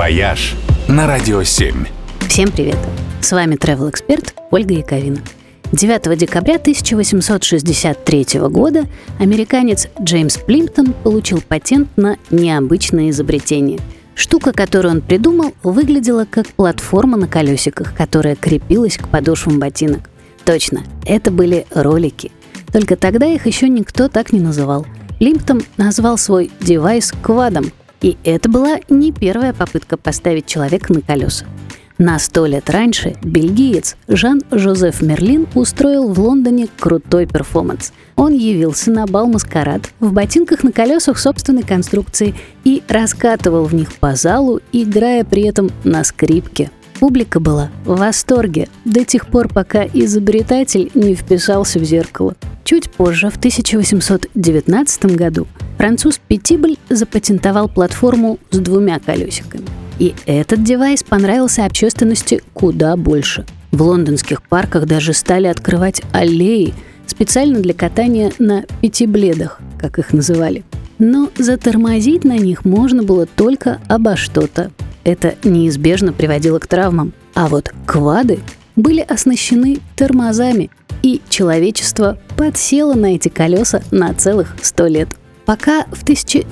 «Вояж» на Радио 7. Всем привет! С вами travel-эксперт Ольга Яковина. 9 декабря 1863 года американец Джеймс Плимптон получил патент на необычное изобретение. Штука, которую он придумал, выглядела как платформа на колесиках, которая крепилась к подошвам ботинок. Точно, это были ролики. Только тогда их еще никто так не называл. Плимптон назвал свой девайс квадом, и это была не первая попытка поставить человека на колеса. На 100 лет раньше бельгиец Жан-Жозеф Мерлин устроил в Лондоне крутой перформанс. Он явился на бал-маскарад в ботинках на колесах собственной конструкции и раскатывал в них по залу, играя при этом на скрипке. Публика была в восторге до тех пор, пока изобретатель не вписался в зеркало. Чуть позже, в 1819 году, француз Петибль запатентовал платформу с 2 колесиками. И этот девайс понравился общественности куда больше. В лондонских парках даже стали открывать аллеи специально для катания на пятибледах, как их называли. Но затормозить на них можно было только обо что-то. Это неизбежно приводило к травмам. А вот квады были оснащены тормозами, и человечество подсело на эти колеса на целых 100 лет. Пока в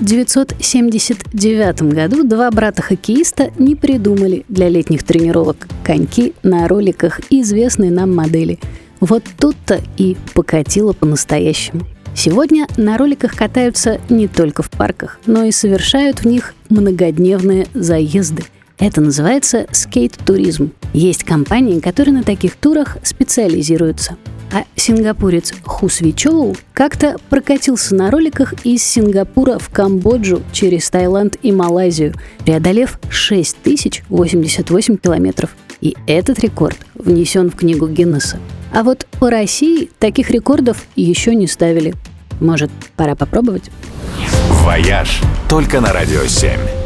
1979 году 2 брата-хоккеиста не придумали для летних тренировок коньки на роликах известной нам модели. Вот тут-то и покатило по-настоящему. Сегодня на роликах катаются не только в парках, но и совершают в них многодневные заезды. Это называется скейт-туризм. Есть компании, которые на таких турах специализируются. А сингапурец Ху Сви Чоу как-то прокатился на роликах из Сингапура в Камбоджу через Таиланд и Малайзию, преодолев 6088 километров. И этот рекорд внесен в книгу Гиннесса. А вот по России таких рекордов еще не ставили. Может, пора попробовать? «Вояж» только на Радио 7.